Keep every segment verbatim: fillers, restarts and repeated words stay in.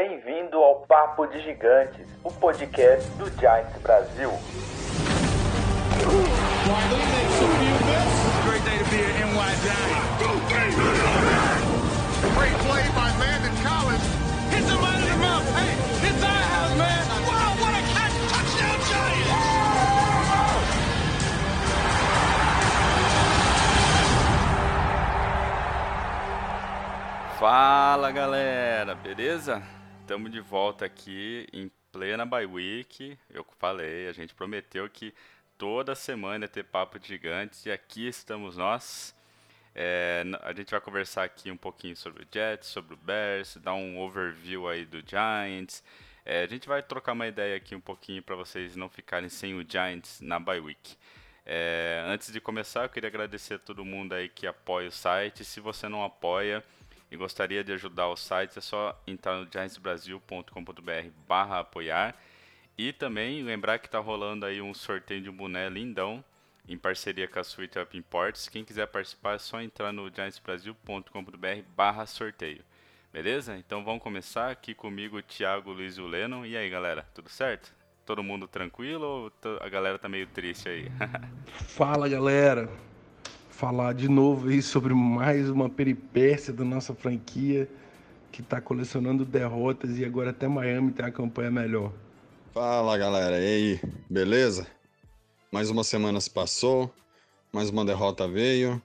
Bem-vindo ao Papo de Gigantes, o podcast do Giants Brasil. Fala galera, beleza? Estamos de volta aqui em plena bye week. Eu falei, a gente prometeu que toda semana ia ter Papo de Gigantes e aqui estamos nós. É, a gente vai conversar aqui um pouquinho sobre o Jets, sobre o Bears, dar um overview aí do Giants. É, a gente vai trocar uma ideia aqui um pouquinho para vocês não ficarem sem o Giants na bye week. É, antes de começar, eu queria agradecer a todo mundo aí que apoia o site. Se você não apoia e gostaria de ajudar o site, é só entrar no giants brasil ponto com ponto b r barra apoiar. E também lembrar que está rolando aí um sorteio de um boné lindão em parceria com a Sweet Up Imports. Quem quiser participar é só entrar no giants brasil ponto com ponto b r barra sorteio. Beleza? Então vamos começar aqui comigo, o Thiago, o Luiz e o Lennon. E aí galera, tudo certo? Todo mundo tranquilo ou a galera tá meio triste aí? Fala galera! Falar de novo aí sobre mais uma peripécia da nossa franquia que está colecionando derrotas e agora até Miami tem a campanha melhor. Fala galera, e aí, beleza? Mais uma semana se passou, mais uma derrota veio,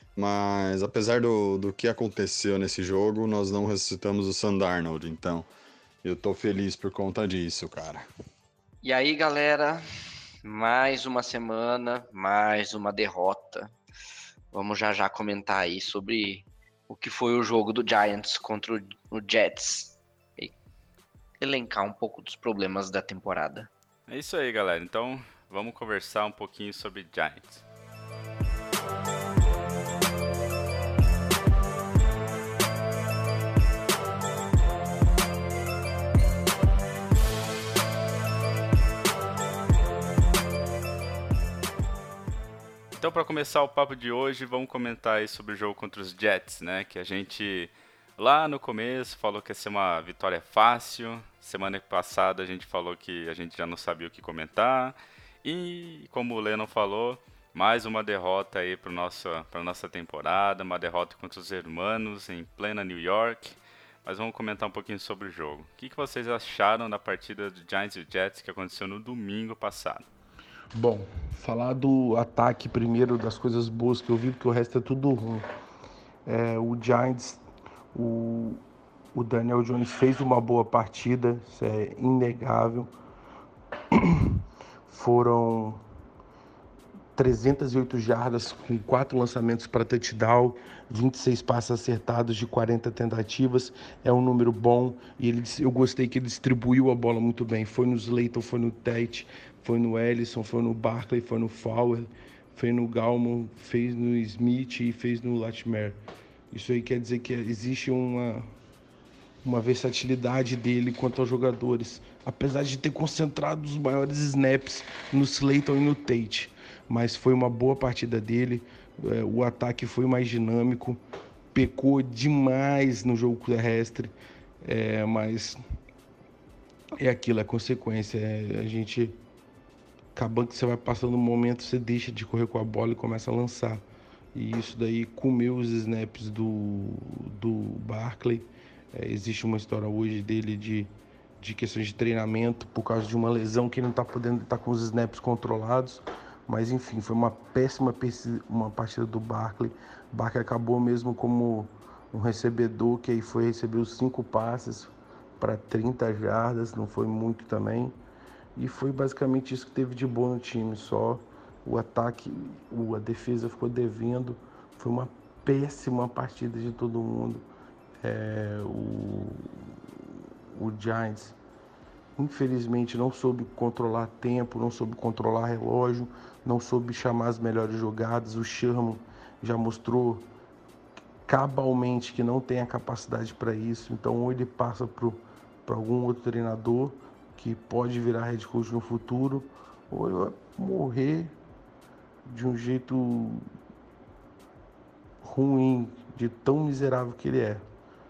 mas apesar do, do que aconteceu nesse jogo, nós não ressuscitamos o Sam Darnold, então eu tô feliz por conta disso, cara. E aí galera, mais uma semana, mais uma derrota. Vamos já já comentar aí sobre o que foi o jogo do Giants contra o Jets e elencar um pouco dos problemas da temporada. É isso aí, galera. Então, vamos conversar um pouquinho sobre Giants. Então, para começar o papo de hoje, vamos comentar aí sobre o jogo contra os Jets, né? Que a gente, lá no começo, falou que ia ser uma vitória fácil. Semana passada a gente falou que a gente já não sabia o que comentar. E, como o Lennon falou, mais uma derrota aí para a nossa temporada. Uma derrota contra os Hermanos em plena New York. Mas vamos comentar um pouquinho sobre o jogo. O que, que vocês acharam da partida do Giants e Jets que aconteceu no domingo passado? Bom, falar do ataque primeiro, das coisas boas que eu vi, porque o resto é tudo ruim. É, o Giants, o, o Daniel Jones fez uma boa partida, isso é inegável. Foram trezentas e oito jardas com quatro lançamentos para touchdown, vinte e seis passes acertados de quarenta tentativas, é um número bom e ele, eu gostei que ele distribuiu a bola muito bem, foi no Slayton, foi no Tate, foi no Ellison, foi no Barkley, foi no Fowler, foi no Gallman, fez no Smith e fez no Latimer. Isso aí quer dizer que existe uma, uma versatilidade dele quanto aos jogadores, apesar de ter concentrado os maiores snaps no Slayton e no Tate. Mas foi uma boa partida dele, o ataque foi mais dinâmico, pecou demais no jogo terrestre, é, mas é aquilo, é consequência, é, a gente, acabando que você vai passando um momento, você deixa de correr com a bola e começa a lançar, e isso daí comeu os snaps do, do Barkley. É, existe uma história hoje dele de, de questões de treinamento, por causa de uma lesão que ele não está podendo estar com os snaps controlados. Mas enfim, foi uma péssima uma partida do Barkley. O Barkley acabou mesmo como um recebedor, que aí foi receber os cinco passes para trinta jardas, não foi muito também. E foi basicamente isso que teve de bom no time, só o ataque, a defesa ficou devendo. Foi uma péssima partida de todo mundo. É, o, o Giants, infelizmente, não soube controlar tempo, não soube controlar relógio, não soube chamar as melhores jogadas. O Sherman já mostrou cabalmente que não tem a capacidade para isso. Então, ou ele passa para algum outro treinador que pode virar head coach no futuro, ou ele vai morrer de um jeito ruim, de tão miserável que ele é.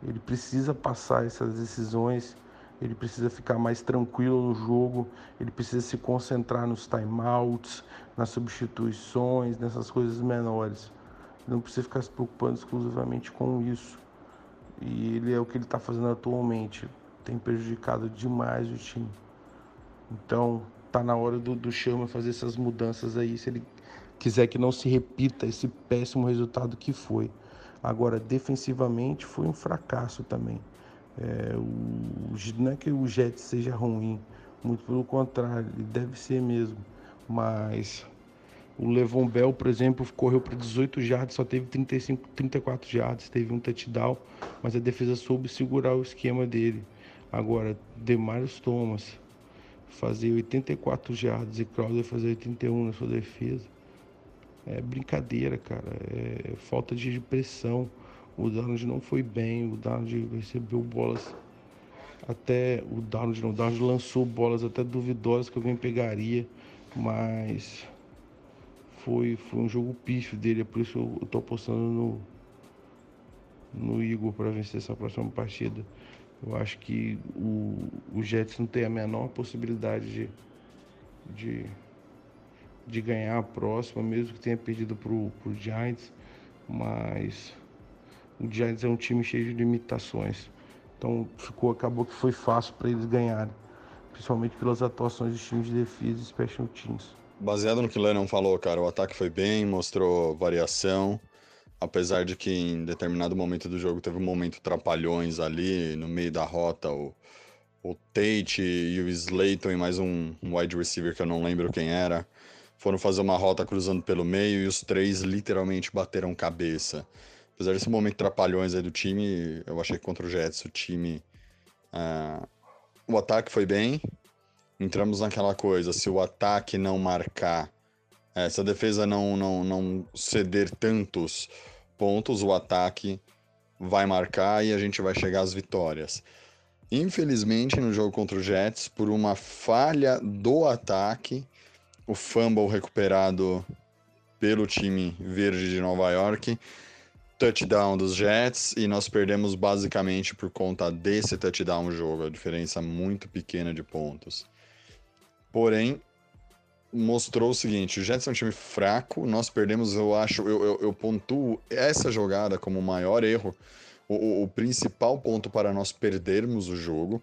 Ele precisa passar essas decisões, ele precisa ficar mais tranquilo no jogo, ele precisa se concentrar nos timeouts, nas substituições, nessas coisas menores. Ele não precisa ficar se preocupando exclusivamente com isso. E ele é o que ele está fazendo atualmente. Tem prejudicado demais o time. Então, tá na hora do, do Sherman fazer essas mudanças aí, se ele quiser que não se repita esse péssimo resultado que foi. Agora, defensivamente, foi um fracasso também. É, o, não é que o Jets seja ruim, muito pelo contrário, ele deve ser mesmo. Mas o Le'Veon Bell, por exemplo, correu para dezoito jardas, só teve trinta e cinco, trinta e quatro jardas, teve um touchdown, mas a defesa soube segurar o esquema dele. Agora, Demaryius Thomas fazer oitenta e quatro jardas e Crowder fazer oitenta e um na sua defesa, é brincadeira, cara, é falta de pressão. O Darnold não foi bem, o Darnold recebeu bolas até, o Darnold não, o Darnold lançou bolas até duvidosas que alguém pegaria, mas foi, foi um jogo pífio dele, é por isso que eu, eu tô apostando no, no Eagle para vencer essa próxima partida. Eu acho que o, o Jets não tem a menor possibilidade de, de, de ganhar a próxima, mesmo que tenha perdido pro, pro Giants, mas o Giants é um time cheio de limitações. Então ficou, acabou que foi fácil para eles ganharem, principalmente pelas atuações dos times de defesa e special teams. Baseado no que o Lennon falou, cara, o ataque foi bem, mostrou variação, apesar de que em determinado momento do jogo teve um momento trapalhões ali, no meio da rota, o, o Tate e o Slayton e mais um, um wide receiver que eu não lembro quem era, foram fazer uma rota cruzando pelo meio e os três literalmente bateram cabeça. Apesar desse momento trapalhões aí do time, eu achei que contra o Jets o time... Uh, o ataque foi bem. Entramos naquela coisa, se o ataque não marcar, é, se a defesa não, não, não ceder tantos pontos, o ataque vai marcar e a gente vai chegar às vitórias. Infelizmente, no jogo contra o Jets, por uma falha do ataque, o fumble recuperado pelo time verde de Nova York, touchdown dos Jets, e nós perdemos basicamente por conta desse touchdown o jogo, a diferença muito pequena de pontos. Porém, mostrou o seguinte, o Jets é um time fraco, nós perdemos, eu acho, eu, eu, eu pontuo essa jogada como o maior erro, o, o principal ponto para nós perdermos o jogo.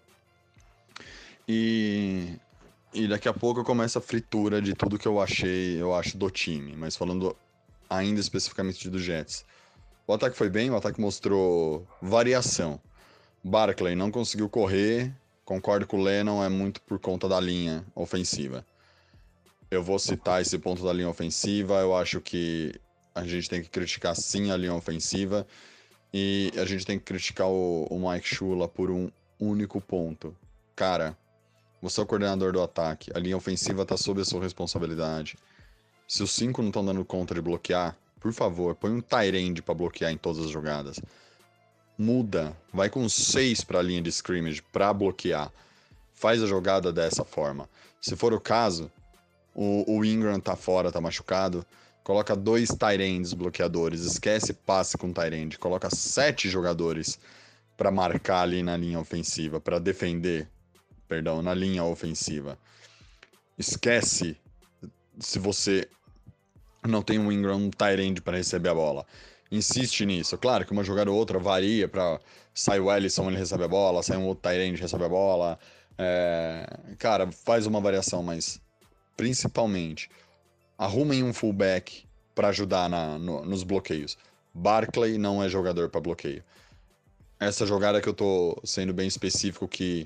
E, e daqui a pouco começa a fritura de tudo que eu achei, eu acho, do time, mas falando ainda especificamente do Jets. O ataque foi bem, o ataque mostrou variação. Barkley não conseguiu correr, concordo com o Lennon, é muito por conta da linha ofensiva. Eu vou citar esse ponto da linha ofensiva, eu acho que a gente tem que criticar sim a linha ofensiva e a gente tem que criticar o, o Mike Shula por um único ponto. Cara, você é o coordenador do ataque, a linha ofensiva tá sob a sua responsabilidade. Se os cinco não estão dando conta de bloquear, por favor, põe um tight end pra bloquear em todas as jogadas. Muda, vai com seis para a linha de scrimmage para bloquear. Faz a jogada dessa forma. Se for o caso, o, o Ingram tá fora, tá machucado, coloca dois tight ends bloqueadores, esquece passe com tight end, coloca sete jogadores para marcar ali na linha ofensiva, para defender, perdão, na linha ofensiva. Esquece se você não tem um Ingram, um tight end para receber a bola. Insiste nisso. Claro que uma jogada ou outra varia para sai o Ellison, ele recebe a bola, sai um outro tight end, recebe a bola. É... Cara, faz uma variação, mas principalmente arrumem um fullback para ajudar na, no, nos bloqueios. Barkley não é jogador para bloqueio. Essa jogada que eu tô sendo bem específico, que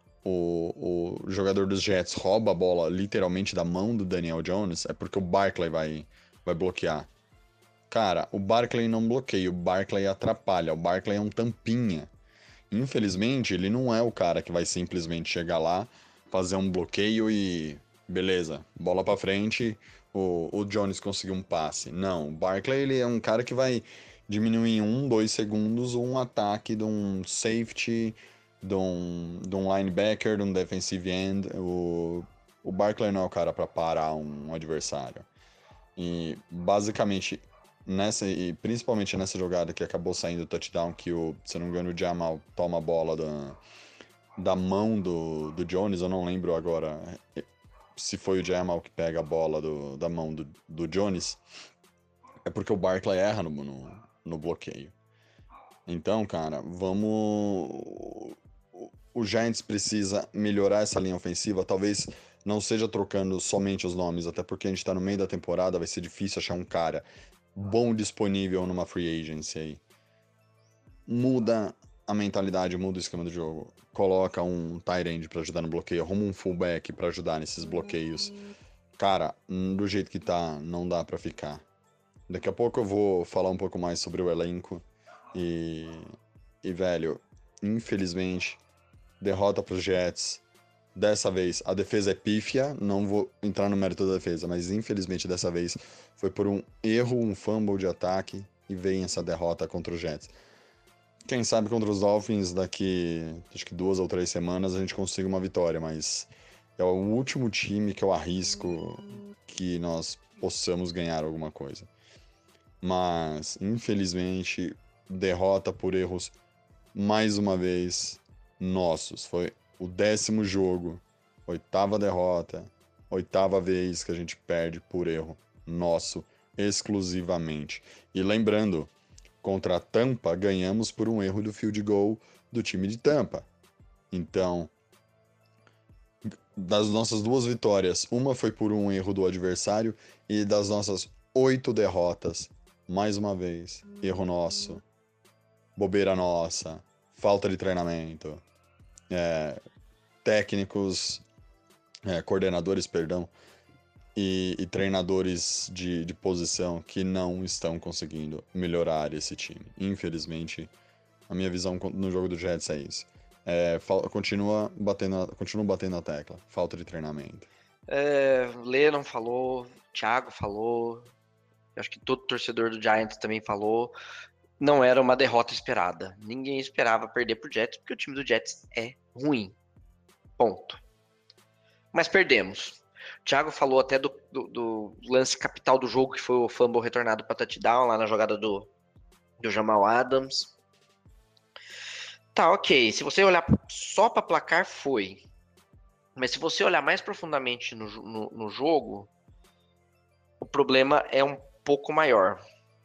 o, o jogador dos Jets rouba a bola literalmente da mão do Daniel Jones, é porque o Barkley vai, vai bloquear. Cara, o Barkley não bloqueia, o Barkley atrapalha, o Barkley é um tampinha. Infelizmente, ele não é o cara que vai simplesmente chegar lá, fazer um bloqueio e... beleza, bola pra frente, o, o Jones conseguiu um passe. Não, o Barkley ele é um cara que vai diminuir em um, dois segundos um ataque de um safety, de um, de um linebacker, de um defensive end. O, o Barkley não é o cara pra parar um adversário. E, basicamente... nessa, e principalmente nessa jogada que acabou saindo o touchdown, que o, se não me engano, o Jamal toma a bola da, da mão do, do Jones, eu não lembro agora se foi o Jamal que pega a bola do, da mão do, do Jones, é porque o Barkley erra no, no, no bloqueio. Então, cara, vamos... O Giants precisa melhorar essa linha ofensiva, talvez não seja trocando somente os nomes, até porque a gente tá no meio da temporada, vai ser difícil achar um cara bom disponível numa free agency aí. Muda a mentalidade, muda o esquema do jogo. Coloca um tight end pra ajudar no bloqueio, arruma um fullback pra ajudar nesses bloqueios. Cara, do jeito que tá, não dá pra ficar. Daqui a pouco eu vou falar um pouco mais sobre o elenco. E, e velho, infelizmente, derrota pros Jets. Dessa vez, a defesa é pífia, não vou entrar no mérito da defesa, mas infelizmente dessa vez foi por um erro, um fumble de ataque, e vem essa derrota contra os Jets. Quem sabe contra os Dolphins, daqui acho que duas ou três semanas, a gente consiga uma vitória, mas é o último time que eu arrisco que nós possamos ganhar alguma coisa. Mas, infelizmente, derrota por erros, mais uma vez, nossos. Foi o décimo jogo, oitava derrota, oitava vez que a gente perde por erro nosso, exclusivamente. E lembrando, contra a Tampa, ganhamos por um erro do field goal do time de Tampa. Então, das nossas duas vitórias, uma foi por um erro do adversário, e das nossas oito derrotas, mais uma vez, erro nosso, bobeira nossa, falta de treinamento, é, técnicos, é, coordenadores, perdão, e, e treinadores de, de posição que não estão conseguindo melhorar esse time. Infelizmente, a minha visão no jogo do Jets é isso. É, continua batendo, continua batendo na tecla, falta de treinamento. É, Lennon falou, Thiago falou, acho que todo torcedor do Giants também falou. Não era uma derrota esperada. Ninguém esperava perder pro Jets, porque o time do Jets é ruim. Ponto. Mas perdemos. O Thiago falou até do, do, do lance capital do jogo, que foi o fumble retornado para touchdown, lá na jogada do, do Jamal Adams. Tá, ok. Se você olhar só para placar, foi. Mas se você olhar mais profundamente no, no, no jogo, o problema é um pouco maior.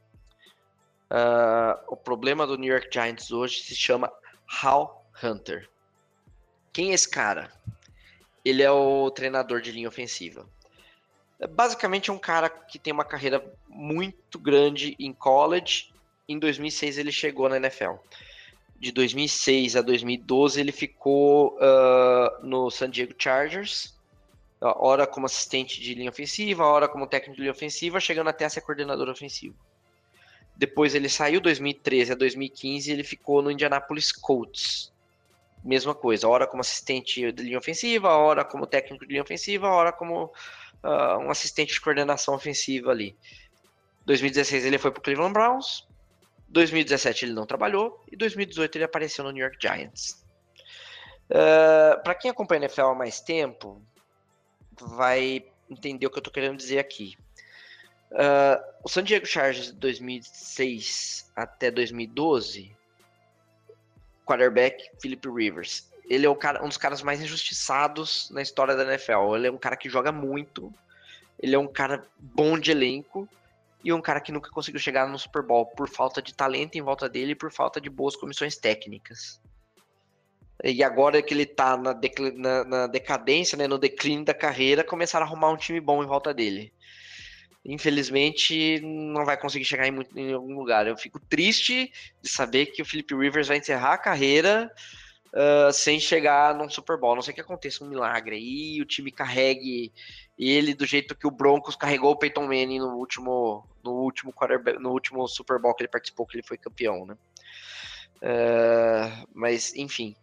Uh, o problema do New York Giants hoje se chama Hal Hunter. Quem é esse cara? Ele é o treinador de linha ofensiva. Basicamente é um cara que tem uma carreira muito grande em college. Em dois mil e seis ele chegou na N F L. De dois mil e seis a dois mil e doze ele ficou uh, no San Diego Chargers. Ora como assistente de linha ofensiva, ora como técnico de linha ofensiva, chegando até a ser coordenador ofensivo. Depois ele saiu, dois mil e treze a dois mil e quinze, ele ficou no Indianapolis Colts. Mesma coisa, ora como assistente de linha ofensiva, ora como técnico de linha ofensiva, ora como uh, um assistente de coordenação ofensiva ali. dois mil e dezesseis ele foi para o Cleveland Browns, dois mil e dezessete ele não trabalhou, e dois mil e dezoito ele apareceu no New York Giants. Uh, para quem acompanha a N F L há mais tempo, vai entender o que eu estou querendo dizer aqui. Uh, o San Diego Chargers de dois mil e seis até dois mil e doze, quarterback Philip Rivers, ele é o cara, um dos caras mais injustiçados na história da N F L. Ele é um cara que joga muito, ele é um cara bom de elenco e um cara que nunca conseguiu chegar no Super Bowl por falta de talento em volta dele e por falta de boas comissões técnicas. E agora que ele tá na, decl- na, na decadência, né, no declínio da carreira, começaram a arrumar um time bom em volta dele. Infelizmente, não vai conseguir chegar em, muito, em algum lugar. Eu fico triste de saber que o Philip Rivers vai encerrar a carreira uh, sem chegar num Super Bowl. A não sei que aconteça um milagre aí, o time carregue ele do jeito que o Broncos carregou o Peyton Manning no último, no último, no último Super Bowl que ele participou, que ele foi campeão, né? Uh, mas, enfim.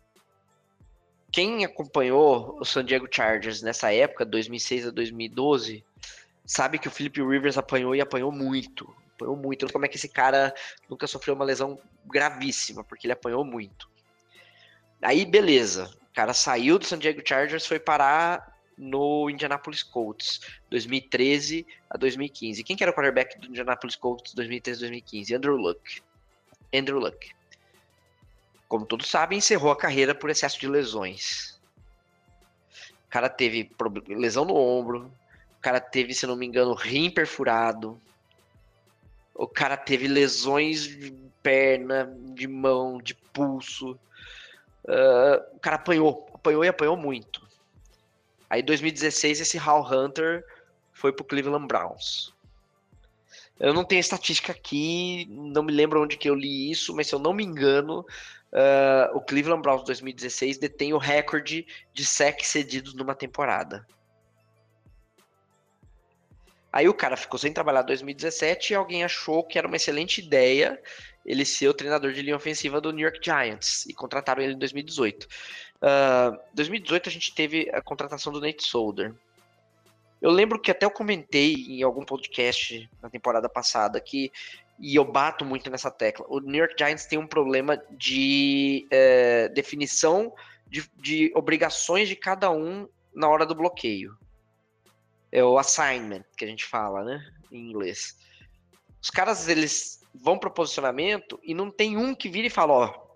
Quem acompanhou o San Diego Chargers nessa época, dois mil e seis a dois mil e doze... sabe que o Philip Rivers apanhou e apanhou muito. Apanhou muito. Como é que esse cara nunca sofreu uma lesão gravíssima, porque ele apanhou muito. Aí, beleza. O cara saiu do San Diego Chargers, foi parar no Indianapolis Colts, dois mil e treze a dois mil e quinze. Quem que era o quarterback do Indianapolis Colts dois mil e treze a dois mil e quinze? Andrew Luck. Andrew Luck. Como todos sabem, encerrou a carreira por excesso de lesões. O cara teve lesão no ombro, o cara teve, se não me engano, rim perfurado, o cara teve lesões de perna, de mão, de pulso. Uh, o cara apanhou, apanhou e apanhou muito. Aí em dois mil e dezesseis esse Hal Hunter foi pro Cleveland Browns. Eu não tenho estatística aqui, não me lembro onde que eu li isso, mas se eu não me engano, uh, o Cleveland Browns dois mil e dezesseis detém o recorde de sacks cedidos numa temporada. Aí o cara ficou sem trabalhar em dois mil e dezessete e alguém achou que era uma excelente ideia ele ser o treinador de linha ofensiva do New York Giants e contrataram ele em dois mil e dezoito. Em uh, dois mil e dezoito a gente teve a contratação do Nate Solder. Eu lembro que até eu comentei em algum podcast na temporada passada que, e eu bato muito nessa tecla, o New York Giants tem um problema de é, definição de, de obrigações de cada um na hora do bloqueio. É o assignment, que a gente fala, né, em inglês. Os caras, eles vão para o posicionamento e não tem um que vira e fala, ó,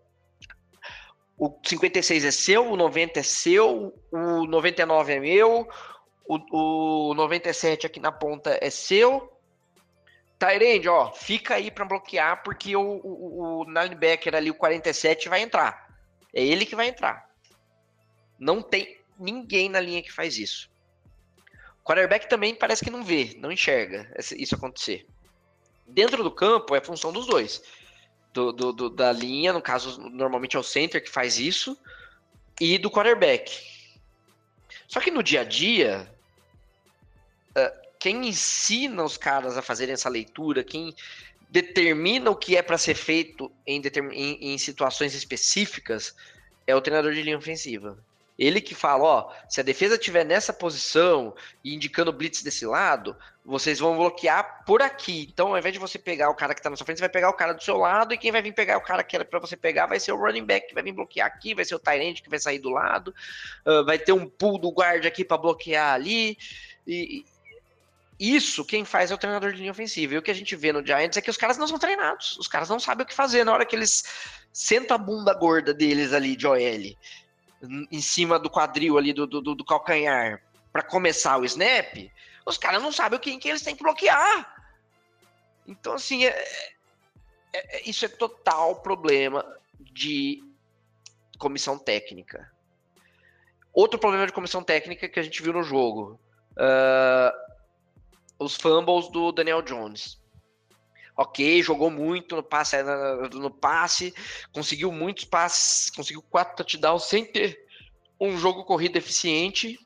o cinquenta e seis é seu, o noventa é seu, o noventa e nove é meu, o, o noventa e sete aqui na ponta é seu. Tyrande, ó, fica aí para bloquear porque o, o, o linebacker ali, o quarenta e sete, vai entrar. É ele que vai entrar. Não tem ninguém na linha que faz isso. O quarterback também parece que não vê, não enxerga isso acontecer. Dentro do campo é função dos dois. Do, do, do, da linha, no caso, normalmente é o center que faz isso, e do quarterback. Só que no dia a dia, uh, quem ensina os caras a fazerem essa leitura, quem determina o que é para ser feito em, em, em situações específicas, é o treinador de linha ofensiva. Ele que fala, ó, se a defesa estiver nessa posição e indicando blitz desse lado, vocês vão bloquear por aqui. Então, ao invés de você pegar o cara que tá na sua frente, você vai pegar o cara do seu lado, e quem vai vir pegar o cara que era para você pegar vai ser o running back, que vai vir bloquear aqui, vai ser o tight end que vai sair do lado, uh, vai ter um pull do guard aqui para bloquear ali. E isso, quem faz é o treinador de linha ofensiva. E o que a gente vê no Giants é que os caras não são treinados. Os caras não sabem o que fazer na hora que eles sentam a bunda gorda deles ali de O L em cima do quadril ali, do, do, do calcanhar, para começar o snap, os caras não sabem quem que eles têm que bloquear. Então, assim, é, é, é, isso é total problema de comissão técnica. Outro problema de comissão técnica que a gente viu no jogo, uh, os fumbles do Daniel Jones. Ok, jogou muito no passe, no passe, conseguiu muitos passes, conseguiu quatro touchdowns sem ter um jogo corrido eficiente.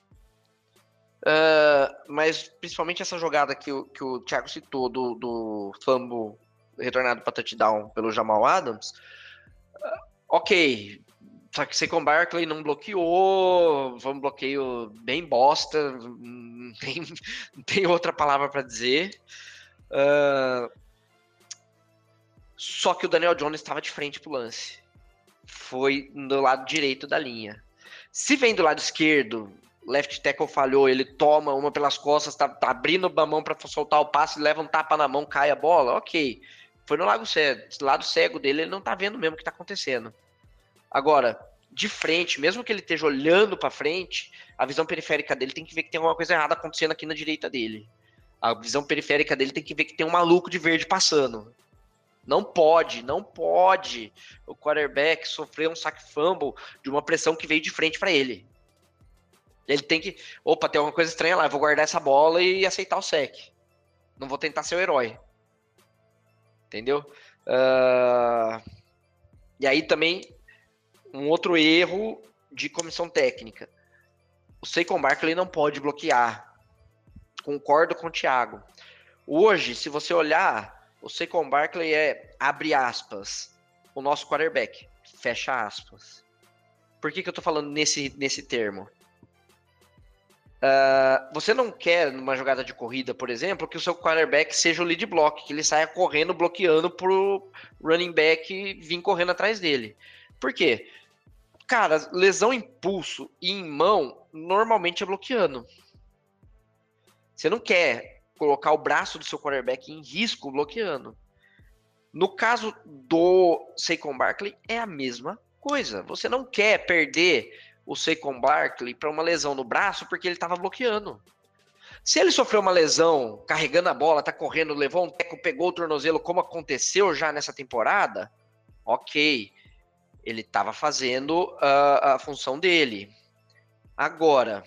Uh, mas principalmente essa jogada que o, que o Thiago citou do, do fumble retornado para touchdown pelo Jamal Adams. Uh, ok, só que Saquon Barkley não bloqueou, foi um bloqueio bem bosta, não tem, não tem outra palavra para dizer. Uh, só que o Daniel Jones estava de frente pro lance. Foi do lado direito da linha. Se vem do lado esquerdo, left tackle falhou, ele toma uma pelas costas, tá, tá abrindo a mão para soltar o passe, leva um tapa na mão, cai a bola, ok. Foi no lado cego, lado cego dele, ele não tá vendo mesmo o que tá acontecendo. Agora, de frente, mesmo que ele esteja olhando para frente, a visão periférica dele tem que ver que tem alguma coisa errada acontecendo aqui na direita dele. A visão periférica dele tem que ver que tem um maluco de verde passando. Não pode, não pode o quarterback sofrer um sack fumble de uma pressão que veio de frente para ele. Ele tem que, opa, tem alguma coisa estranha lá, eu vou guardar essa bola e aceitar o sack. Não vou tentar ser o herói. Entendeu? Uh... E aí também, um outro erro de comissão técnica. O Saquon Barkley não pode bloquear. Concordo com o Thiago. Hoje, se você olhar, o Saquon Barkley é, abre aspas, o nosso quarterback, fecha aspas. Por que que eu tô falando nesse, nesse termo? Uh, você não quer, numa jogada de corrida, por exemplo, que o seu quarterback seja o lead block, que ele saia correndo, bloqueando pro running back vir correndo atrás dele. Por quê? Cara, lesão em pulso e em mão, normalmente é bloqueando. Você não quer colocar o braço do seu quarterback em risco bloqueando. No caso do Saquon Barkley, é a mesma coisa. Você não quer perder o Saquon Barkley para uma lesão no braço porque ele estava bloqueando. Se ele sofreu uma lesão carregando a bola, tá correndo, levou um teco, pegou o tornozelo, como aconteceu já nessa temporada, ok. Ele estava fazendo uh, a função dele. Agora,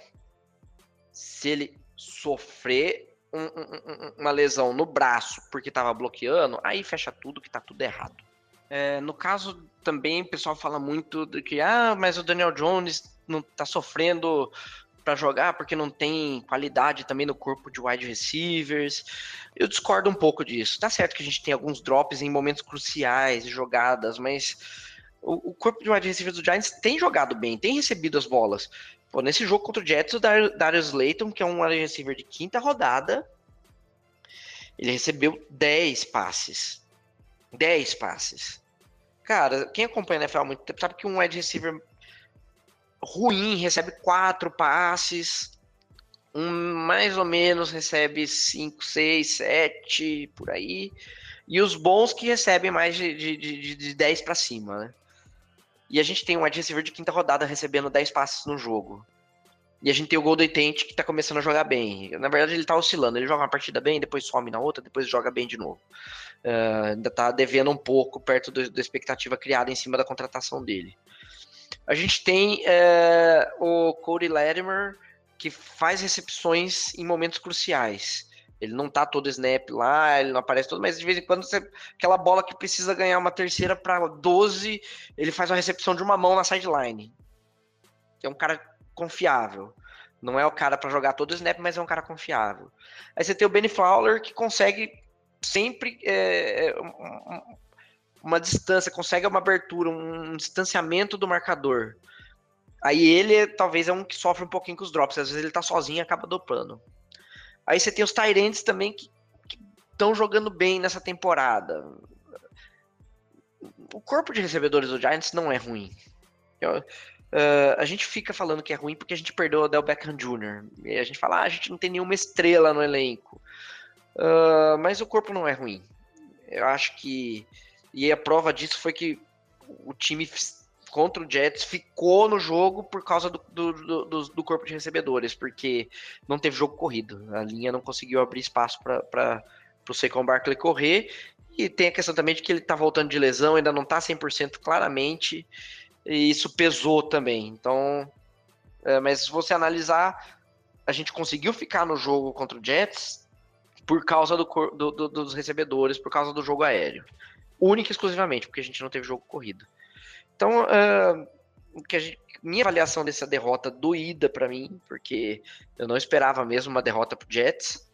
se ele sofrer um, um, uma lesão no braço porque estava bloqueando, aí fecha tudo que tá tudo errado. É, no caso, também o pessoal fala muito de que ah, mas o Daniel Jones não tá sofrendo para jogar porque não tem qualidade também no corpo de wide receivers. Eu discordo um pouco disso. Tá certo que a gente tem alguns drops em momentos cruciais, jogadas, mas o, o corpo de wide receivers do Giants tem jogado bem, tem recebido as bolas. Pô, nesse jogo contra o Jets, o Dar- Darius Slayton, que é um wide receiver de quinta rodada, ele recebeu dez passes. dez passes. Cara, quem acompanha a N F L há muito tempo sabe que um wide receiver ruim recebe quatro passes, um mais ou menos recebe cinco, seis, sete, por aí, e os bons que recebem mais de, de, de, de dez para cima, né? E a gente tem um wide receiver de quinta rodada recebendo dez passes no jogo. E a gente tem o Golden Tate que tá começando a jogar bem. Na verdade, ele tá oscilando. Ele joga uma partida bem, depois some na outra, depois joga bem de novo. Uh, ainda tá devendo um pouco perto do, da expectativa criada em cima da contratação dele. A gente tem é, o Cody Latimer, que faz recepções em momentos cruciais. Ele não tá todo snap lá, ele não aparece todo, mas de vez em quando você, aquela bola que precisa ganhar uma terceira para doze, ele faz uma recepção de uma mão na sideline. É um cara confiável. Não é o cara para jogar todo snap, mas é um cara confiável. Aí você tem o Benny Fowler, que consegue sempre é, um, uma distância, consegue uma abertura, um distanciamento do marcador. Aí ele talvez é um que sofre um pouquinho com os drops, às vezes ele tá sozinho e acaba dopando. Aí você tem os tight ends também que estão jogando bem nessa temporada. O corpo de recebedores do Giants não é ruim. Eu, uh, a gente fica falando que é ruim porque a gente perdeu o Odell Beckham Júnior E a gente fala, ah, a gente não tem nenhuma estrela no elenco. Uh, mas o corpo não é ruim. Eu acho que... E a prova disso foi que o time contra o Jets ficou no jogo por causa do, do, do, do corpo de recebedores, porque não teve jogo corrido. A linha não conseguiu abrir espaço para o Saquon Barkley correr. E tem a questão também de que ele está voltando de lesão, ainda não está cem por cento claramente, e isso pesou também. Então, é, mas se você analisar, a gente conseguiu ficar no jogo contra o Jets por causa do, do, do, dos recebedores, por causa do jogo aéreo. Única e exclusivamente, porque a gente não teve jogo corrido. Então, uh, que a gente, minha avaliação dessa derrota doída para mim, porque eu não esperava mesmo uma derrota pro Jets,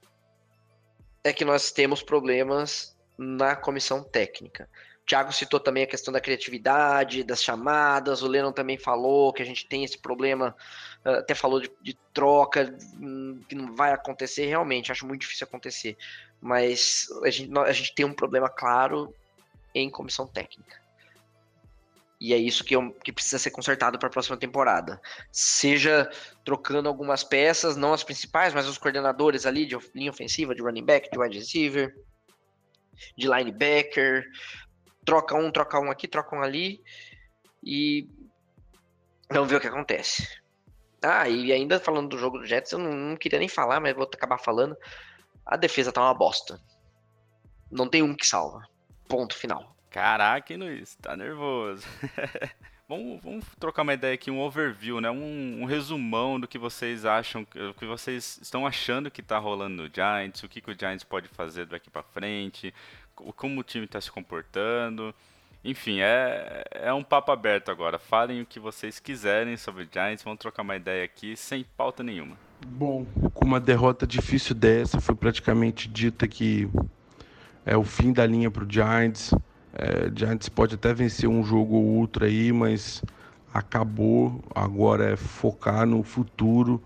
é que nós temos problemas na comissão técnica. O Thiago citou também a questão da criatividade, das chamadas, o Lennon também falou que a gente tem esse problema, uh, até falou de, de troca, um, que não vai acontecer realmente, acho muito difícil acontecer, mas a gente, a gente tem um problema claro em comissão técnica. E é isso que, eu, que precisa ser consertado para a próxima temporada. Seja trocando algumas peças, não as principais, mas os coordenadores ali de linha ofensiva, de running back, de wide receiver, de linebacker. Troca um, troca um aqui, troca um ali. E vamos ver o que acontece. Ah, e ainda falando do jogo do Jets, eu não, não queria nem falar, mas vou acabar falando. A defesa tá uma bosta. Não tem um que salva. Ponto final. Caraca, Luiz, tá nervoso. vamos, vamos trocar uma ideia aqui, um overview, né? Um, um resumão do que vocês acham, o que vocês estão achando que tá rolando no Giants, o que, que o Giants pode fazer daqui pra frente, como o time tá se comportando. Enfim, é, é um papo aberto agora. Falem o que vocês quiserem sobre o Giants, vamos trocar uma ideia aqui sem pauta nenhuma. Bom, com uma derrota difícil dessa, foi praticamente dita que é o fim da linha pro Giants. É, Giants pode até vencer um jogo ou outro aí, mas acabou. Agora é focar no futuro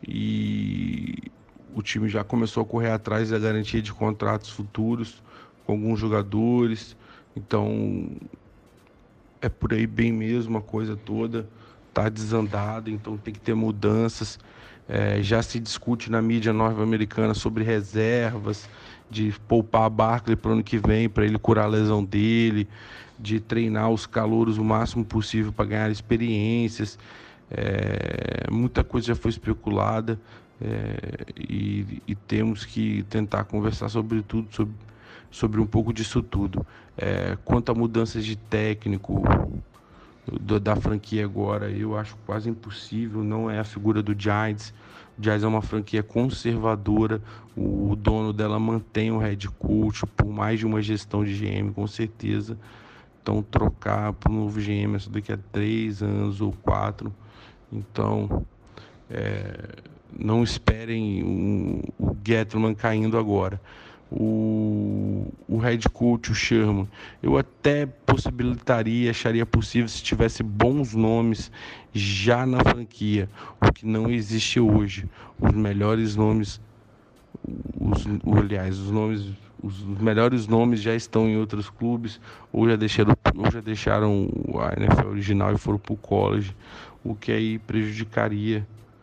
e o time já começou a correr atrás da garantia de contratos futuros com alguns jogadores. Então é por aí bem mesmo, a coisa toda está desandada, então tem que ter mudanças. É, já se discute na mídia norte-americana sobre reservas, de poupar a Barkley para o ano que vem, para ele curar a lesão dele, de treinar os calouros o máximo possível para ganhar experiências. É, muita coisa já foi especulada, é, e, e temos que tentar conversar sobre tudo, sobre, sobre um pouco disso tudo. É, quanto a mudanças de técnico do, da franquia agora, eu acho quase impossível, não é a figura do Giants. O Giants é uma franquia conservadora, o dono dela mantém o head coach por mais de uma gestão de G M, com certeza. Então, trocar para um novo G M isso daqui a três anos ou quatro. Então, é, não esperem o, o Gettleman caindo agora. O, o head coach, o Sherman, eu até possibilitaria, acharia possível se tivesse bons nomes já na franquia, o que não existe hoje. Os melhores nomes, os, aliás, os nomes, os melhores nomes já estão em outros clubes, ou já deixaram, ou já deixaram a N F L original e foram para o college, o que aí prejudicaria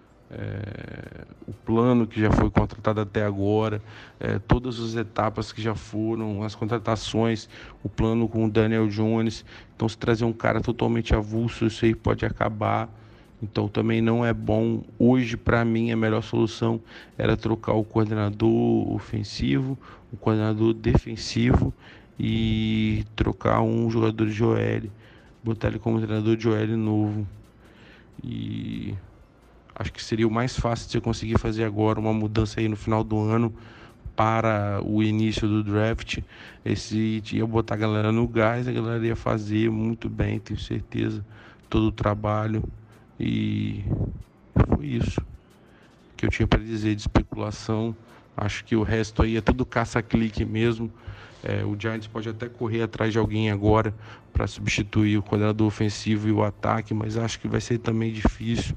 É, o plano que já foi contratado até agora, é, todas as etapas que já foram, as contratações, o plano com o Daniel Jones. Então, se trazer um cara totalmente avulso, isso aí pode acabar. Então, também não é bom. Hoje, para mim, a melhor solução era trocar o coordenador ofensivo, o coordenador defensivo e trocar um jogador de O L, botar ele como treinador de O L novo. E acho que seria o mais fácil de você conseguir fazer agora uma mudança aí no final do ano para o início do draft. Esse ia botar a galera no gás, a galera ia fazer muito bem, tenho certeza, todo o trabalho. E foi isso que eu tinha para dizer de especulação. Acho que o resto aí é tudo caça-clique mesmo. É, o Giants pode até correr atrás de alguém agora para substituir o coordenador ofensivo e o ataque, mas acho que vai ser também difícil.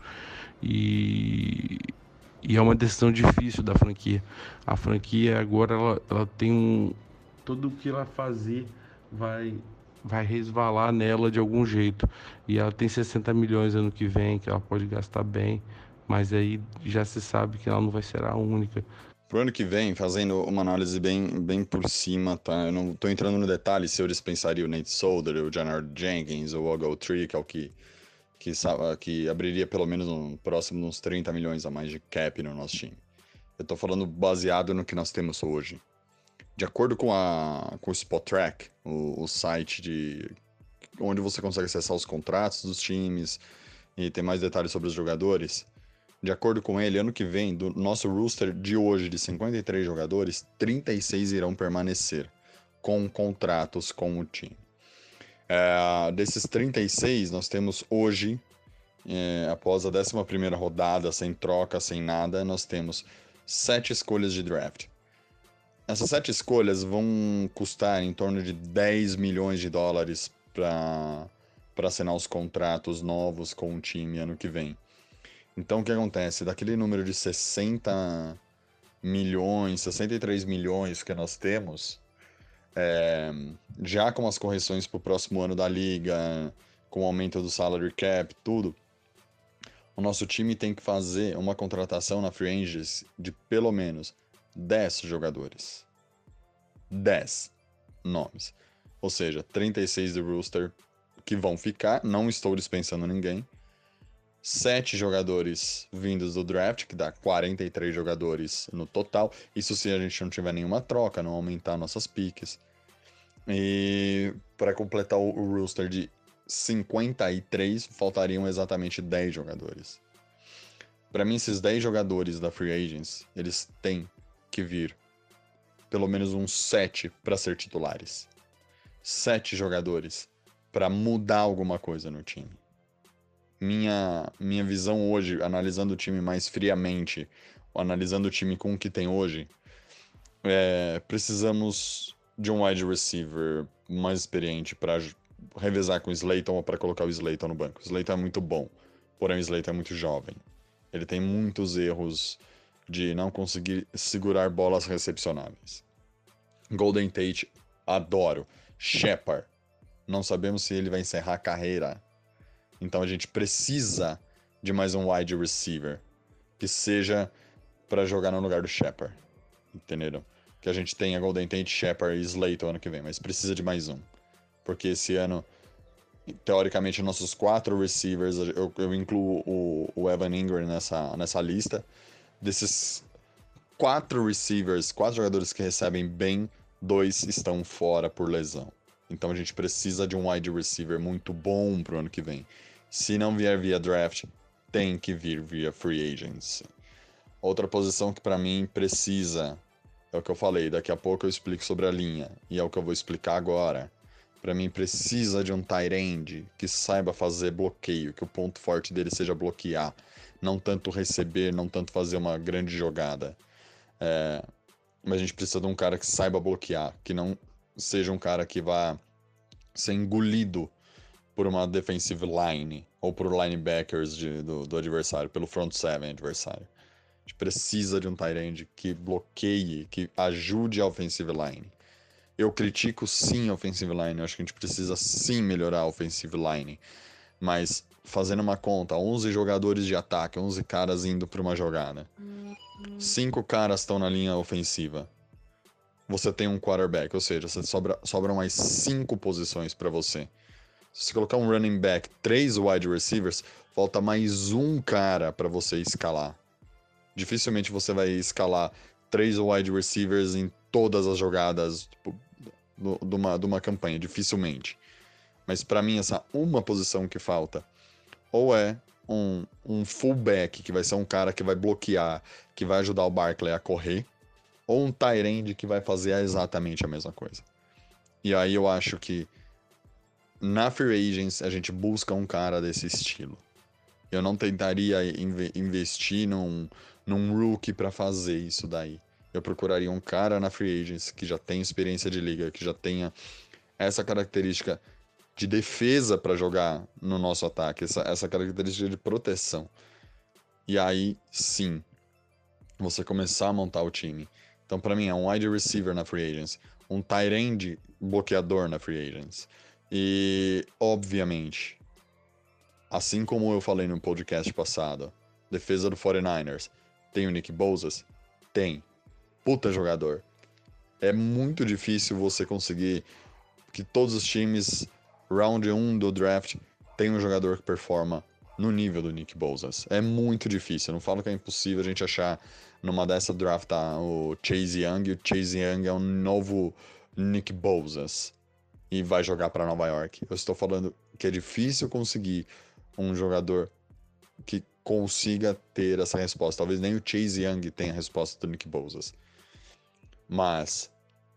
E, e é uma decisão difícil da franquia. A franquia agora ela, ela tem um, tudo o que ela fazer vai, vai resvalar nela de algum jeito. E ela tem sessenta milhões ano que vem, que ela pode gastar bem, mas aí já se sabe que ela não vai ser a única. Pro ano que vem, fazendo uma análise bem, bem por cima, tá? Eu não tô entrando no detalhe se eu dispensaria o Nate Solder, o Janory Jenkins, o Ogletree, que é o que Que, que abriria pelo menos um, próximo de uns trinta milhões a mais de cap no nosso time. Eu tô falando baseado no que nós temos hoje. De acordo com, a, com o Spotrac, o, o site de, onde você consegue acessar os contratos dos times e ter mais detalhes sobre os jogadores, de acordo com ele, ano que vem, do nosso roster de hoje de cinquenta e três jogadores, trinta e seis irão permanecer com contratos com o time. É, desses trinta e seis, nós temos hoje, é, após a décima primeira rodada, sem troca, sem nada, nós temos sete escolhas de draft. Essas sete escolhas vão custar em torno de dez milhões de dólares para assinar os contratos novos com o time ano que vem. Então, o que acontece? Daquele número de sessenta milhões, sessenta e três milhões que nós temos... É, já com as correções para o próximo ano da liga, com o aumento do salary cap, tudo, o nosso time tem que fazer uma contratação na free agency de pelo menos dez jogadores. dez nomes. Ou seja, trinta e seis do roster que vão ficar, não estou dispensando ninguém. sete jogadores vindos do draft, que dá quarenta e três jogadores no total. Isso se a gente não tiver nenhuma troca, não aumentar nossas piques. E para completar o, o roster de cinquenta e três, faltariam exatamente dez jogadores. Para mim, esses dez jogadores da Free Agents, eles têm que vir pelo menos uns sete para ser titulares. sete jogadores para mudar alguma coisa no time. Minha, minha visão hoje, analisando o time mais friamente, ou analisando o time com o que tem hoje, é, precisamos de um wide receiver mais experiente para revezar com o Slayton ou para colocar o Slayton no banco. O Slayton é muito bom, porém o Slayton é muito jovem. Ele tem muitos erros de não conseguir segurar bolas recepcionáveis. Golden Tate, adoro. Shepard, Não sabemos se ele vai encerrar a carreira. Então a gente precisa de mais um wide receiver que seja para jogar no lugar do Shepard. Entenderam? Que a gente tenha Golden Tate, Shepard e Slayton ano que vem, mas precisa de mais um. Porque esse ano, teoricamente, nossos quatro receivers, eu, eu incluo o, o Evan Ingram nessa, nessa lista. Desses quatro receivers, quatro jogadores que recebem bem, dois estão fora por lesão. Então a gente precisa de um wide receiver muito bom pro ano que vem. Se não vier via draft, tem que vir via free agency. Outra posição que para mim precisa, é o que eu falei, daqui a pouco eu explico sobre a linha, e é o que eu vou explicar agora. Para mim precisa de um tight end que saiba fazer bloqueio, que o ponto forte dele seja bloquear, não tanto receber, não tanto fazer uma grande jogada. É, mas a gente precisa de um cara que saiba bloquear, que não seja um cara que vá ser engolido por uma defensive line ou por linebackers de, do, do adversário, pelo front seven adversário. A gente precisa de um tight end que bloqueie, que ajude a offensive line. Eu critico sim a offensive line, eu acho que a gente precisa sim melhorar a offensive line, mas fazendo uma conta, onze jogadores de ataque, onze caras indo para uma jogada. Cinco caras estão na linha ofensiva. Você tem um quarterback, ou seja, você sobra, sobram mais cinco posições para você. Se você colocar um running back, três wide receivers, falta mais um cara para você escalar. Dificilmente você vai escalar três wide receivers em todas as jogadas tipo, de uma, de uma campanha, dificilmente. Mas para mim, essa uma posição que falta, ou é um, um fullback, que vai ser um cara que vai bloquear, que vai ajudar o Barkley a correr, ou um tight end que vai fazer exatamente a mesma coisa. E aí eu acho que na free agency a gente busca um cara desse estilo. Eu não tentaria inv- investir num, num rookie para fazer isso daí. Eu procuraria um cara na free agency que já tenha experiência de liga, que já tenha essa característica de defesa para jogar no nosso ataque, essa, essa característica de proteção. E aí, sim, você começar a montar o time. Então, para mim, é um wide receiver na free agency, um tight end bloqueador na free agency. E, obviamente, assim como eu falei no podcast passado, defesa do forty-niners, tem o Nick Bosa? Tem. Puta jogador. É muito difícil você conseguir que todos os times, round um do draft, tenham um jogador que performa no nível do Nick Bosa. É muito difícil. Eu não falo que é impossível a gente achar numa dessa draft tá, o Chase Young, e o Chase Young é um novo Nick Bosa e vai jogar para Nova York. Eu estou falando que é difícil conseguir um jogador que consiga ter essa resposta. Talvez nem o Chase Young tenha a resposta do Nick Bosa. Mas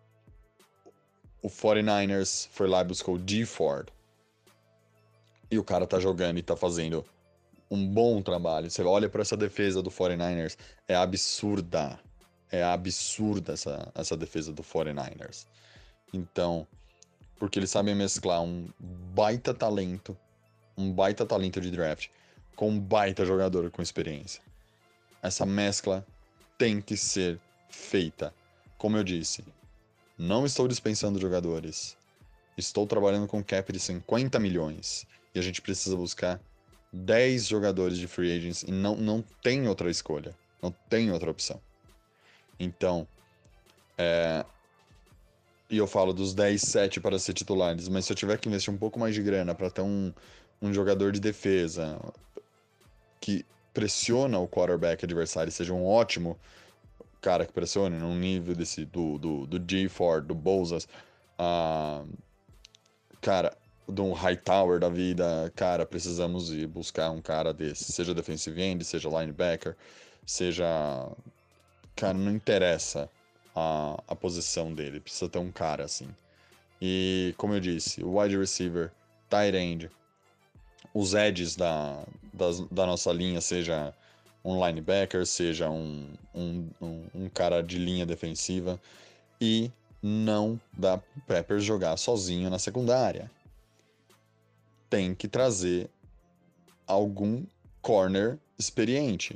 o forty-niners foi lá e buscou o Dee Ford. E o cara tá jogando e tá fazendo um bom trabalho. Você olha para essa defesa do forty-niners, é absurda. É absurda essa, essa defesa do forty-niners. Então, porque eles sabem mesclar um baita talento, um baita talento de draft, com um baita jogador com experiência. Essa mescla tem que ser feita. Como eu disse, não estou dispensando jogadores. Estou trabalhando com cap de cinquenta milhões. E a gente precisa buscar dez jogadores de free agents. E não, não tem outra escolha. Não tem outra opção. Então, é... e eu falo dos dez, sete para ser titulares. Mas se eu tiver que investir um pouco mais de grana para ter um, um jogador de defesa que pressiona o quarterback adversário e seja um ótimo cara que pressione num nível desse do, do, do Dee Ford, do Bosa, uh, cara, de um Hightower da vida, cara, precisamos ir buscar um cara desse, seja defensive end, seja linebacker, seja, cara, não interessa a, a posição dele, precisa ter um cara assim. E, como eu disse, o wide receiver, tight end, os edges da, das, da nossa linha, seja um linebacker, seja um, um, um, um cara de linha defensiva, e não dá pro Peppers jogar sozinho na secundária. Tem que trazer algum corner experiente.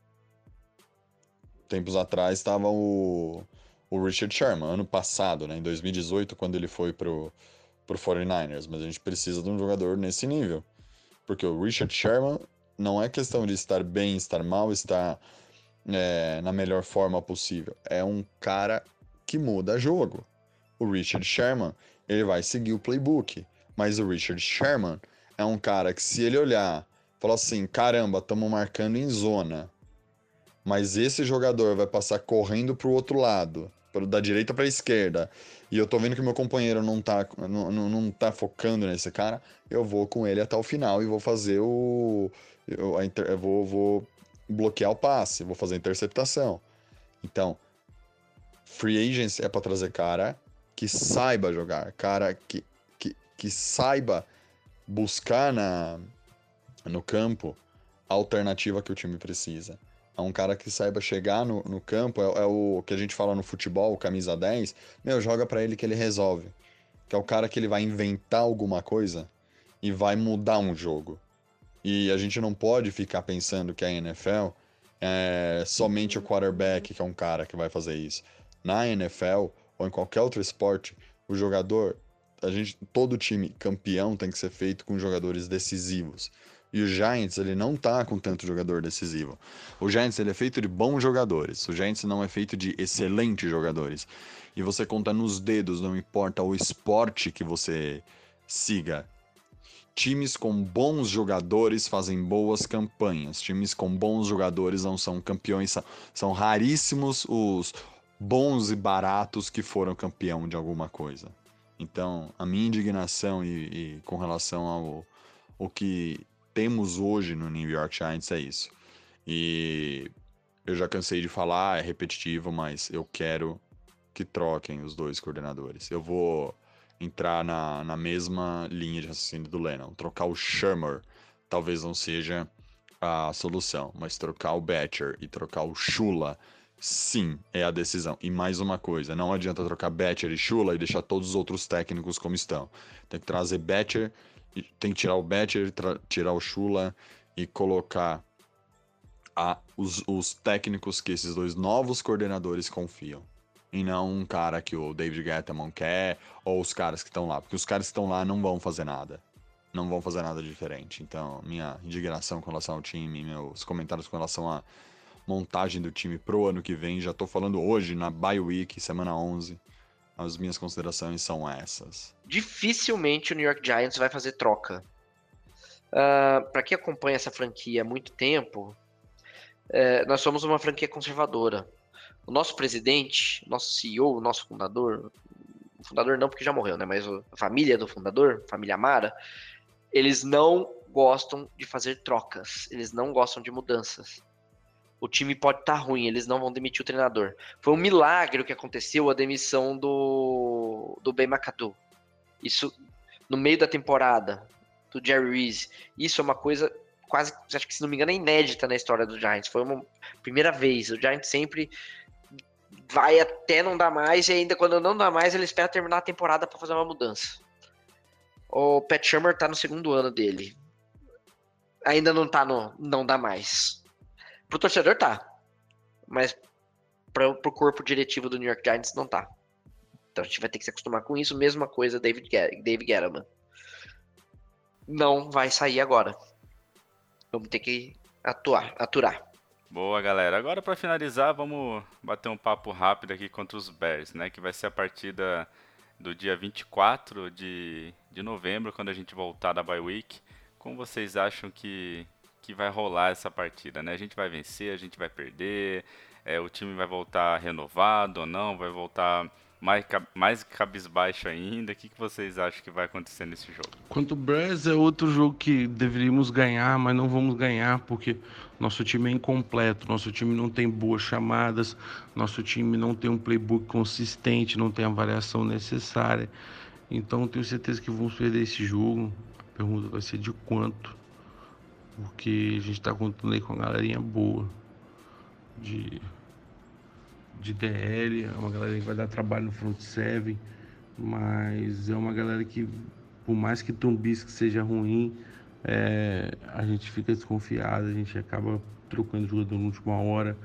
Tempos atrás estava o, o Richard Sherman, ano passado, né, em dois mil e dezoito, quando ele foi pro, pro forty-niners, mas a gente precisa de um jogador nesse nível. Porque o Richard Sherman não é questão de estar bem, estar mal, estar é, na melhor forma possível. É um cara que muda jogo. O Richard Sherman, ele vai seguir o playbook. Mas o Richard Sherman é um cara que, se ele olhar, falar assim, caramba, estamos marcando em zona, mas esse jogador vai passar correndo pro outro lado, da direita para a esquerda, e eu tô vendo que meu companheiro não tá, não, não tá focando nesse cara, eu vou com ele até o final e vou fazer o... Eu, a inter, eu vou, vou bloquear o passe, vou fazer a interceptação. Então, free agency é para trazer cara que saiba jogar, cara que, que, que saiba buscar na, no campo a alternativa que o time precisa. É um cara que saiba chegar no, no campo, é, é o que a gente fala no futebol, o camisa dez, meu, joga pra ele que ele resolve. Que é o cara que ele vai inventar alguma coisa e vai mudar um jogo. E a gente não pode ficar pensando que a N F L é somente o quarterback que é um cara que vai fazer isso. Na N F L, ou em qualquer outro esporte, o jogador, a gente, todo time campeão tem que ser feito com jogadores decisivos. E o Giants, ele não tá com tanto jogador decisivo. O Giants, ele é feito de bons jogadores. O Giants não é feito de excelentes jogadores. E você conta nos dedos, não importa o esporte que você siga. Times com bons jogadores fazem boas campanhas. Times com bons jogadores não são campeões. São, são raríssimos os bons e baratos que foram campeão de alguma coisa. Então, a minha indignação e, e com relação ao, ao que temos hoje no New York Giants é isso. E eu já cansei de falar, é repetitivo, mas eu quero que troquem os dois coordenadores. Eu vou entrar na, na mesma linha de raciocínio do Lennon. Trocar o Shermer talvez não seja a solução, mas trocar o Bettcher e trocar o Shula, sim, é a decisão. E mais uma coisa, não adianta trocar Bettcher e Shula e deixar todos os outros técnicos como estão. Tem que trazer Bettcher, tem que tirar o Bettcher, tirar o Shula e colocar a, os, os técnicos que esses dois novos coordenadores confiam. E não um cara que o David Gettleman quer, ou os caras que estão lá. Porque os caras que estão lá não vão fazer nada. Não vão fazer nada diferente. Então, minha indignação com relação ao time, meus comentários com relação à montagem do time pro ano que vem, já tô falando hoje, na bye week, semana onze. As minhas considerações são essas. Dificilmente o New York Giants vai fazer troca. Uh, para quem acompanha essa franquia há muito tempo, uh, nós somos uma franquia conservadora. O nosso presidente, o nosso C E O, o nosso fundador, o fundador não porque já morreu, né? Mas a família do fundador, a família Amara, eles não gostam de fazer trocas, eles não gostam de mudanças. O time pode estar ruim, eles não vão demitir o treinador. Foi um milagre o que aconteceu, a demissão do, do Ben McAdoo. Isso no meio da temporada, do Jerry Reese. Isso é uma coisa quase, acho que se não me engano, é inédita na história do Giants. Foi uma primeira vez. O Giants sempre vai até não dar mais, e ainda quando não dá mais, ele espera terminar a temporada para fazer uma mudança. O Pat Shurmur tá no segundo ano dele. Ainda não tá no não dá mais. Pro torcedor tá, mas pra, pro corpo diretivo do New York Giants não tá. Então a gente vai ter que se acostumar com isso. Mesma coisa, David, David Gettleman. Não vai sair agora. Vamos ter que atuar, aturar. Boa, galera. Agora, para finalizar, vamos bater um papo rápido aqui contra os Bears, né? Que vai ser a partida do dia vinte e quatro de, de novembro, quando a gente voltar da bye week. Como vocês acham que, que vai rolar essa partida, né? A gente vai vencer, a gente vai perder, é, o time vai voltar renovado ou não, vai voltar mais, mais cabisbaixo ainda? O que, que vocês acham que vai acontecer nesse jogo? Quanto ao Bears, é outro jogo que deveríamos ganhar, mas não vamos ganhar porque nosso time é incompleto, nosso time não tem boas chamadas, nosso time não tem um playbook consistente, não tem a variação necessária. Então tenho certeza que vamos perder esse jogo. A pergunta vai ser de quanto, porque a gente está contando aí com uma galerinha boa de, de D L, é uma galera que vai dar trabalho no front seven, mas é uma galera que, por mais que Trubisky seja ruim, é, a gente fica desconfiado, a gente acaba trocando jogador na última hora,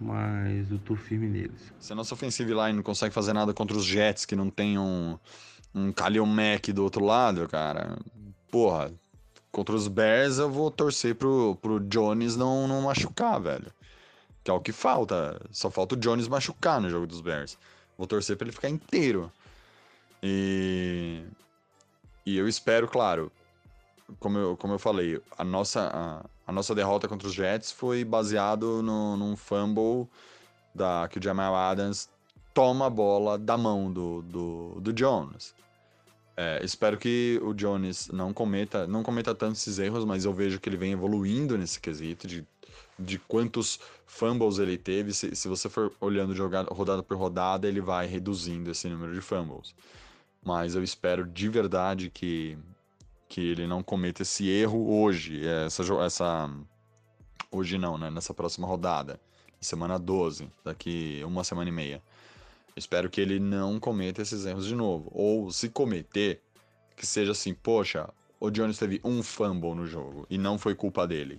mas eu tô firme neles. Se a nossa offensive line não consegue fazer nada contra os Jets, que não tem um, um Khalil Mack do outro lado, cara, porra, contra os Bears eu vou torcer pro, pro Jones não, não machucar, velho. Que é o que falta. Só falta o Jones machucar no jogo dos Bears. Vou torcer pra ele ficar inteiro. E, e eu espero, claro, como eu, como eu falei, a nossa, a, a nossa derrota contra os Jets foi baseado no, num fumble da, que o Jamal Adams toma a bola da mão do, do, do Jones. É, espero que o Jones não cometa, não cometa tantos esses erros, mas eu vejo que ele vem evoluindo nesse quesito de, de quantos fumbles ele teve. Se, se você for olhando jogada, rodada por rodada, ele vai reduzindo esse número de fumbles. Mas eu espero de verdade que, que ele não cometa esse erro hoje, essa, essa hoje não, né? Nessa próxima rodada, semana doze, daqui uma semana e meia. Espero que ele não cometa esses erros de novo. Ou, se cometer, que seja assim, poxa, o Jones teve um fumble no jogo e não foi culpa dele.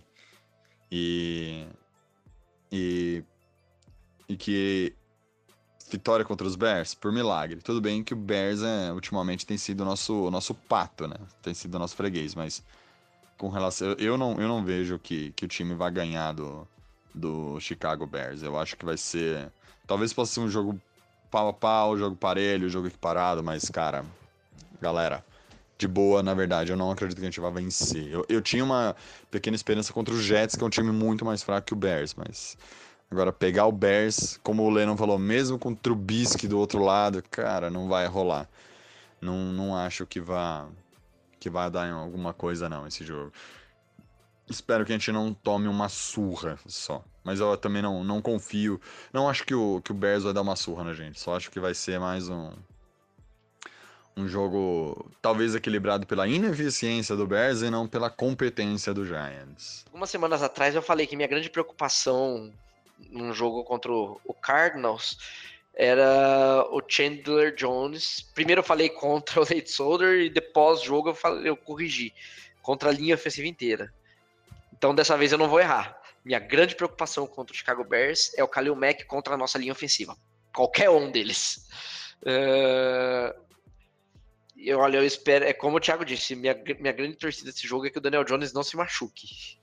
E... E... E que... Vitória contra os Bears, por milagre. Tudo bem que o Bears, é, ultimamente, tem sido o nosso, o nosso pato, né? Tem sido o nosso freguês, mas... Com relação... Eu não, eu não vejo que, que o time vai ganhar do, do Chicago Bears. Eu acho que vai ser... Talvez possa ser um jogo pau a pau, jogo parelho, jogo equiparado, mas, cara, galera, de boa, na verdade, eu não acredito que a gente vai vencer. Eu, eu tinha uma pequena esperança contra os Jets, que é um time muito mais fraco que o Bears, mas agora pegar o Bears, como o Lennon falou, mesmo com o Trubisky do outro lado, cara, não vai rolar. Não, não acho que vá, que vai dar em alguma coisa, não, esse jogo. Espero que a gente não tome uma surra só. Mas eu também não, não confio. Não acho que o, que o Bears vai dar uma surra na gente. Só acho que vai ser mais um... Um jogo talvez equilibrado pela ineficiência do Bears e não pela competência do Giants. Algumas semanas atrás eu falei que minha grande preocupação num jogo contra o Cardinals era o Chandler Jones. Primeiro eu falei contra o Nate Solder e depois do jogo eu, falei, eu corrigi. Contra a linha ofensiva inteira. Então, dessa vez eu não vou errar. Minha grande preocupação contra o Chicago Bears é o Khalil Mack contra a nossa linha ofensiva. Qualquer um deles. Uh... Eu, olha, eu espero... É como o Thiago disse, minha, minha grande torcida desse jogo é que o Daniel Jones não se machuque.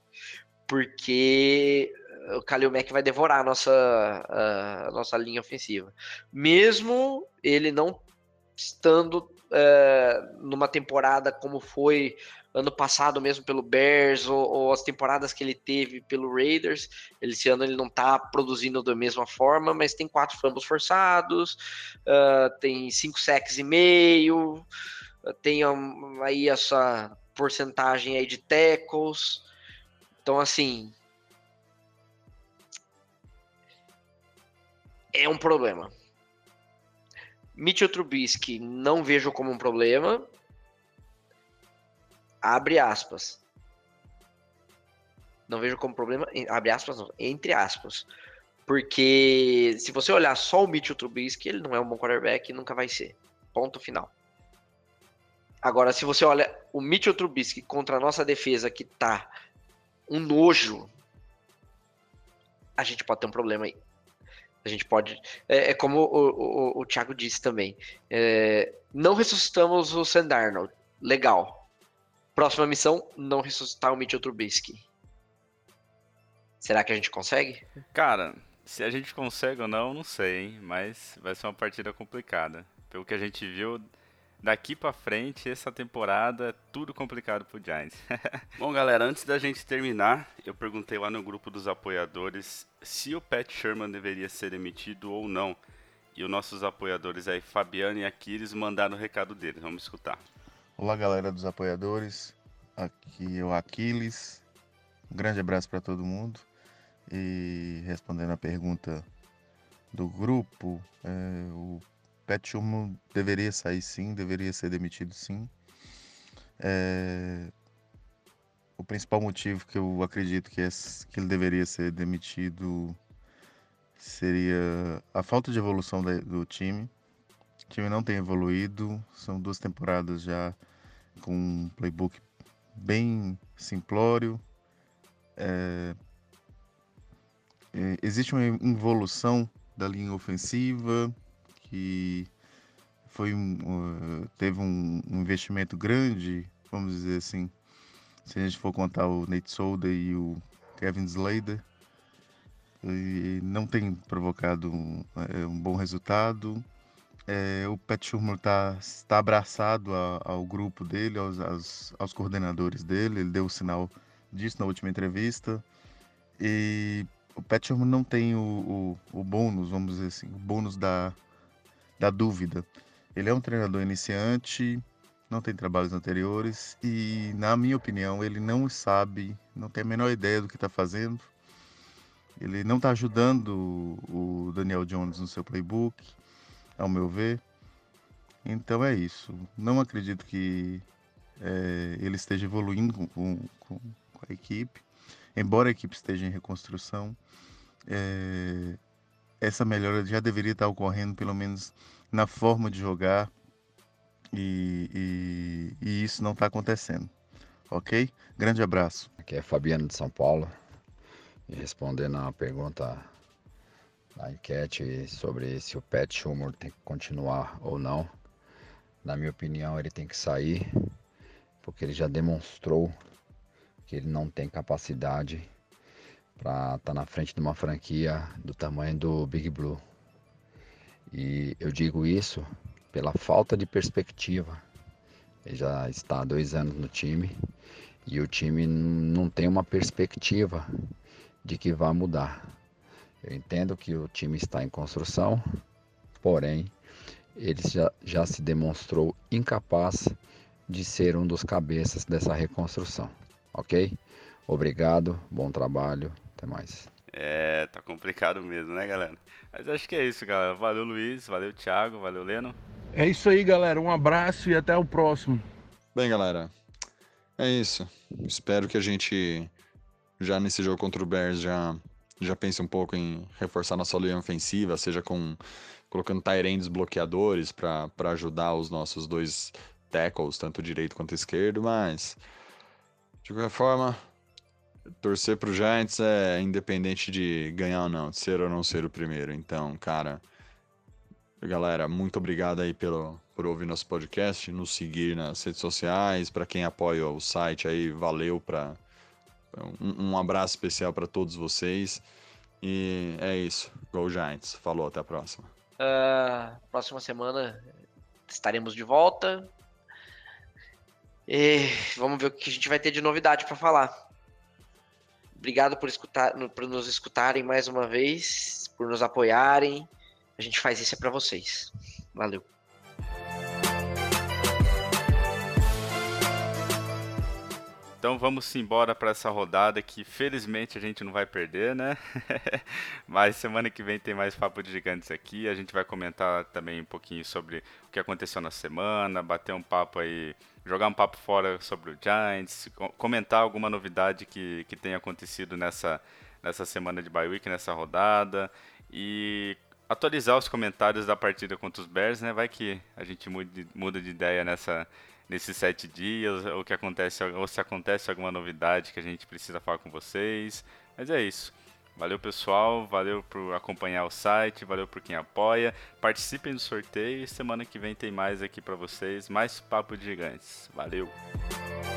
Porque o Khalil Mack vai devorar a nossa, a nossa linha ofensiva. Mesmo ele não estando uh, numa temporada como foi... ano passado mesmo pelo Bears, ou, ou as temporadas que ele teve pelo Raiders. Ele, esse ano ele não tá produzindo da mesma forma, mas tem quatro fumbles forçados, uh, tem cinco sacks e meio, uh, tem um, aí essa porcentagem aí de tackles. Então, assim, é um problema. Mitchell Trubisky não vejo como um problema, abre aspas. Não vejo como problema, abre aspas não, entre aspas. Porque se você olhar só o Mitchell Trubisky, ele não é um bom quarterback e nunca vai ser. Ponto final. Agora, se você olha o Mitchell Trubisky contra a nossa defesa, que tá um nojo, a gente pode ter um problema aí. A gente pode... É, é como o, o, o Thiago disse também. É, não ressuscitamos o Sam Darnold. Legal. Próxima missão, não ressuscitar o Mitchell Trubisky. Será que a gente consegue? Cara, se a gente consegue ou não, não sei, hein? Mas vai ser uma partida complicada. Pelo que a gente viu, daqui pra frente, essa temporada é tudo complicado pro Giants. Bom, galera, antes da gente terminar, eu perguntei lá no grupo dos apoiadores se o Pat Sherman deveria ser demitido ou não. E os nossos apoiadores aí, Fabiano e Aquiles, mandaram o recado deles. Vamos escutar. Olá, galera dos apoiadores. Aqui é o Aquiles. Um grande abraço para todo mundo. E respondendo a pergunta do grupo, é, o Pat Sherman deveria sair sim, deveria ser demitido sim. É, o principal motivo que eu acredito que, é, que ele deveria ser demitido seria a falta de evolução da, do time. O time não tem evoluído, são duas temporadas já com um playbook bem simplório. É, é, existe uma evolução da linha ofensiva que foi um, uh, teve um, um investimento grande, vamos dizer assim, se a gente for contar o Nate Solder e o Kevin Slater, e não tem provocado um, é, um bom resultado. É, o Pat Shurmur está tá abraçado a, ao grupo dele, aos, aos, aos coordenadores dele, ele deu o sinal disso na última entrevista. E o Pat Shurmur não tem o, o, o bônus, vamos dizer assim, o bônus da, da dúvida. Ele é um treinador iniciante, não tem trabalhos anteriores e, na minha opinião, ele não sabe, não tem a menor ideia do que está fazendo. Ele não está ajudando o Daniel Jones no seu playbook, ao meu ver. Então é isso. Não acredito que é, ele esteja evoluindo com, com, com a equipe. Embora a equipe esteja em reconstrução, é, essa melhora já deveria estar ocorrendo, pelo menos na forma de jogar. E, e, e isso não está acontecendo. Ok? Grande abraço. Aqui é Fabiano de São Paulo. E respondendo a pergunta da enquete sobre se o Pat Shurmur tem que continuar ou não, na minha opinião ele tem que sair, porque ele já demonstrou que ele não tem capacidade para estar na frente de uma franquia do tamanho do Big Blue. E eu digo isso pela falta de perspectiva. Ele já está há dois anos no time e o time não tem uma perspectiva de que vai mudar. Eu entendo que o time está em construção, porém, ele já, já se demonstrou incapaz de ser um dos cabeças dessa reconstrução, ok? Obrigado, bom trabalho, até mais. É, tá complicado mesmo, né, galera? Mas acho que é isso, galera. Valeu, Luiz, valeu, Thiago, valeu, Leno. É isso aí, galera. Um abraço e até o próximo. Bem, galera, é isso. Espero que a gente, já nesse jogo contra o Bears, já, já pense um pouco em reforçar nossa linha ofensiva, seja com colocando tight ends bloqueadores para ajudar os nossos dois tackles, tanto direito quanto esquerdo, mas de qualquer forma, torcer pro Giants é independente de ganhar ou não, de ser ou não ser o primeiro. Então, cara, galera, muito obrigado aí pelo, por ouvir nosso podcast, nos seguir nas redes sociais, para quem apoia o site aí, valeu, pra, um, um abraço especial para todos vocês. E é isso, Go Giants, falou, até a próxima. Uh, próxima semana estaremos de volta. E vamos ver o que a gente vai ter de novidade para falar. Obrigado por, escutar, por nos escutarem mais uma vez, por nos apoiarem. A gente faz isso é para vocês. Valeu. Então vamos embora para essa rodada que felizmente a gente não vai perder, né? Mas semana que vem tem mais Papo de Gigantes aqui. A gente vai comentar também um pouquinho sobre o que aconteceu na semana, bater um papo aí, jogar um papo fora sobre o Giants, comentar alguma novidade que, que tenha acontecido nessa, nessa semana de bye week, nessa rodada, e atualizar os comentários da partida contra os Bears, né? Vai que a gente mude, muda de ideia nessa... nesses sete dias, ou que acontece, ou se acontece alguma novidade que a gente precisa falar com vocês. Mas é isso. Valeu, pessoal. Valeu por acompanhar o site. Valeu por quem apoia. Participem do sorteio. E semana que vem tem mais aqui pra vocês. Mais Papo de Gigantes. Valeu.